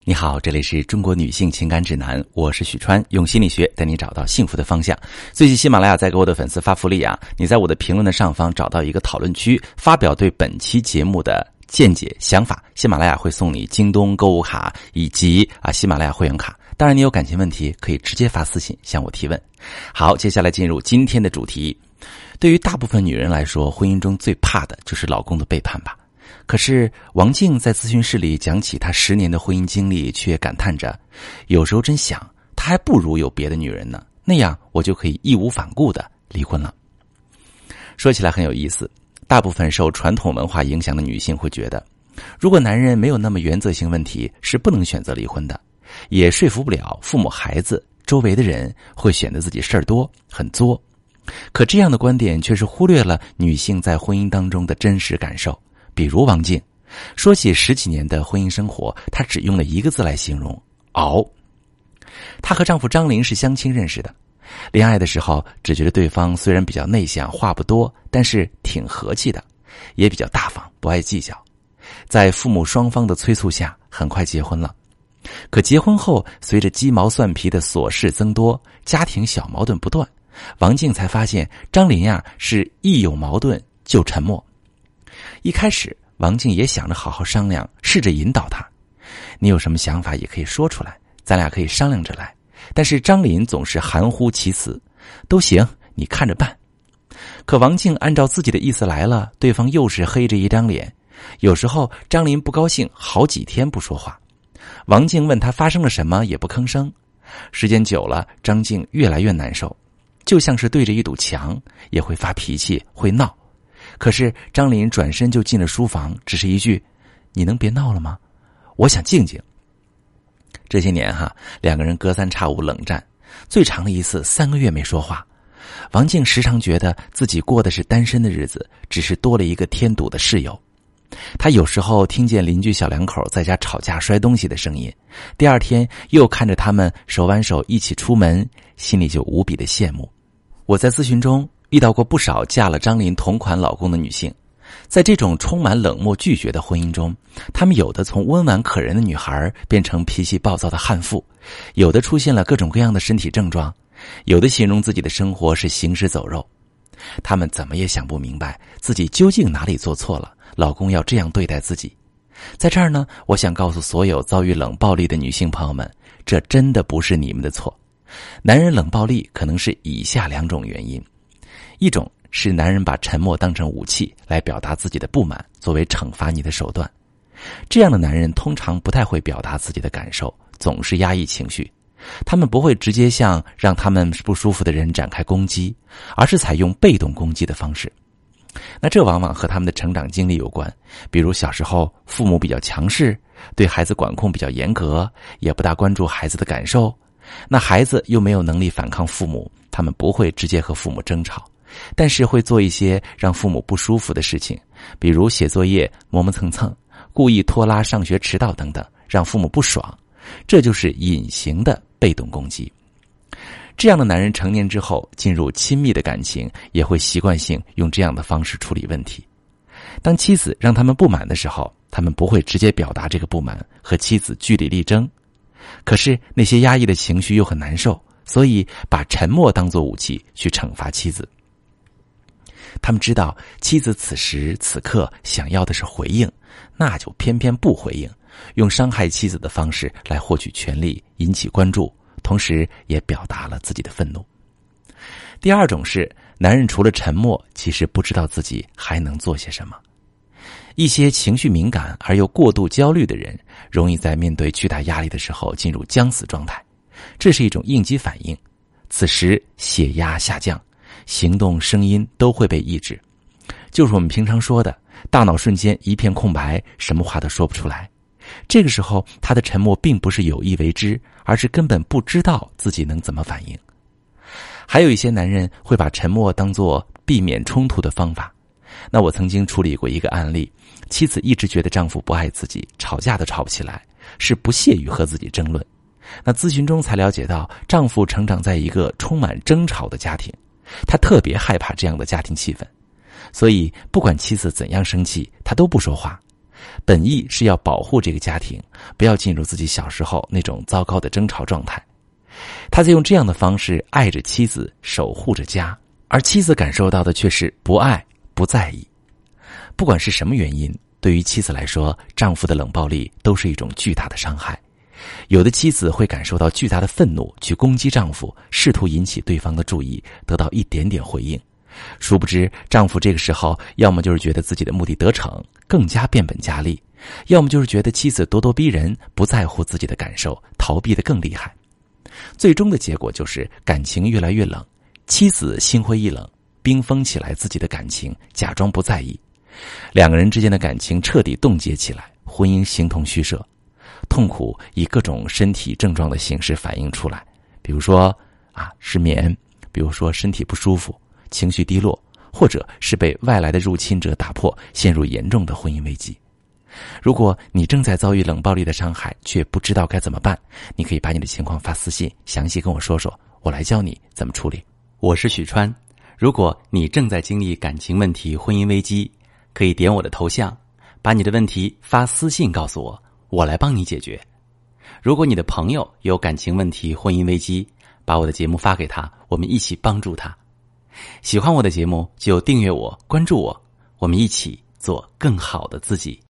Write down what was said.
你好，这里是中国女性情感指南，我是许川，用心理学带你找到幸福的方向。最近喜马拉雅在给我的粉丝发福利啊，你在我的评论的上方找到一个讨论区，发表对本期节目的见解想法，喜马拉雅会送你京东购物卡以及喜马拉雅会员卡。当然你有感情问题可以直接发私信向我提问。好，接下来进入今天的主题。对于大部分女人来说，婚姻中最怕的就是老公的背叛吧。可是王静在咨询室里讲起她10年的婚姻经历，却感叹着，有时候真想她还不如有别的女人呢，那样我就可以义无反顾的离婚了。说起来很有意思，大部分受传统文化影响的女性会觉得，如果男人没有那么原则性问题，是不能选择离婚的，也说服不了父母孩子周围的人会显得自己事儿多很作。可这样的观点却是忽略了女性在婚姻当中的真实感受。比如王静说起10几年的婚姻生活，她只用了一个字来形容，熬。她和丈夫张林是相亲认识的，恋爱的时候只觉得对方虽然比较内向，话不多，但是挺和气的，也比较大方，不爱计较。在父母双方的催促下，很快结婚了。可结婚后，随着鸡毛蒜皮的琐事增多，家庭小矛盾不断，王静才发现张林是一有矛盾就沉默。一开始王静也想着好好商量，试着引导他，你有什么想法也可以说出来，咱俩可以商量着来。但是张林总是含糊其辞，都行，你看着办。可王静按照自己的意思来了，对方又是黑着一张脸。有时候张林不高兴，好几天不说话，王静问他发生了什么也不吭声。时间久了，张静越来越难受，就像是对着一堵墙，也会发脾气，会闹。可是张林转身就进了书房，只是一句，你能别闹了吗？我想静静。这些年两个人隔三差五冷战，最长的一次3个月没说话。王静时常觉得自己过的是单身的日子，只是多了一个添堵的室友。她有时候听见邻居小两口在家吵架摔东西的声音，第二天又看着他们手挽手一起出门，心里就无比的羡慕。我在咨询中遇到过不少嫁了张林同款老公的女性，在这种充满冷漠拒绝的婚姻中，她们有的从温婉可人的女孩变成脾气暴躁的悍妇，有的出现了各种各样的身体症状，有的形容自己的生活是行尸走肉。她们怎么也想不明白自己究竟哪里做错了，老公要这样对待自己。在这儿呢，我想告诉所有遭遇冷暴力的女性朋友们，这真的不是你们的错。男人冷暴力可能是以下2种原因。一种是男人把沉默当成武器来表达自己的不满，作为惩罚你的手段。这样的男人通常不太会表达自己的感受，总是压抑情绪。他们不会直接向让他们不舒服的人展开攻击，而是采用被动攻击的方式。那这往往和他们的成长经历有关，比如小时候父母比较强势，对孩子管控比较严格，也不大关注孩子的感受。那孩子又没有能力反抗父母，他们不会直接和父母争吵，但是会做一些让父母不舒服的事情，比如写作业磨磨蹭蹭，故意拖拉上学迟到等等，让父母不爽。这就是隐形的被动攻击。这样的男人成年之后进入亲密的感情，也会习惯性用这样的方式处理问题。当妻子让他们不满的时候，他们不会直接表达这个不满，和妻子据理力争。可是那些压抑的情绪又很难受，所以把沉默当作武器去惩罚妻子。他们知道妻子此时此刻想要的是回应，那就偏偏不回应，用伤害妻子的方式来获取权利，引起关注，同时也表达了自己的愤怒。第二种是，男人除了沉默，其实不知道自己还能做些什么。一些情绪敏感而又过度焦虑的人，容易在面对巨大压力的时候进入将死状态，这是一种应激反应。此时血压下降，行动声音都会被抑制，就是我们平常说的大脑瞬间一片空白，什么话都说不出来。这个时候他的沉默并不是有意为之，而是根本不知道自己能怎么反应。还有一些男人会把沉默当作避免冲突的方法。那我曾经处理过一个案例，妻子一直觉得丈夫不爱自己，吵架都吵不起来，是不屑于和自己争论。那咨询中才了解到，丈夫成长在一个充满争吵的家庭，他特别害怕这样的家庭气氛，所以不管妻子怎样生气，他都不说话。 本意是要保护这个家庭，不要进入自己小时候那种糟糕的争吵状态。他在用这样的方式爱着妻子，守护着家，而妻子感受到的却是不爱、不在意。不管是什么原因，对于妻子来说，丈夫的冷暴力都是一种巨大的伤害。有的妻子会感受到巨大的愤怒，去攻击丈夫，试图引起对方的注意，得到一点点回应。殊不知，丈夫这个时候要么就是觉得自己的目的得逞，更加变本加厉，要么就是觉得妻子咄咄逼人，不在乎自己的感受，逃避得更厉害。最终的结果就是感情越来越冷，妻子心灰意冷，冰封起来自己的感情，假装不在意。两个人之间的感情彻底冻结起来，婚姻形同虚设。痛苦以各种身体症状的形式反映出来，比如说失眠，比如说身体不舒服，情绪低落，或者是被外来的入侵者打破，陷入严重的婚姻危机。如果你正在遭遇冷暴力的伤害，却不知道该怎么办，你可以把你的情况发私信，详细跟我说说，我来教你怎么处理。 我是许川，如果你正在经历感情问题、婚姻危机，可以点我的头像，把你的问题发私信告诉我，我来帮你解决。如果你的朋友有感情问题、婚姻危机，把我的节目发给他，我们一起帮助他。喜欢我的节目就订阅我、关注我，我们一起做更好的自己。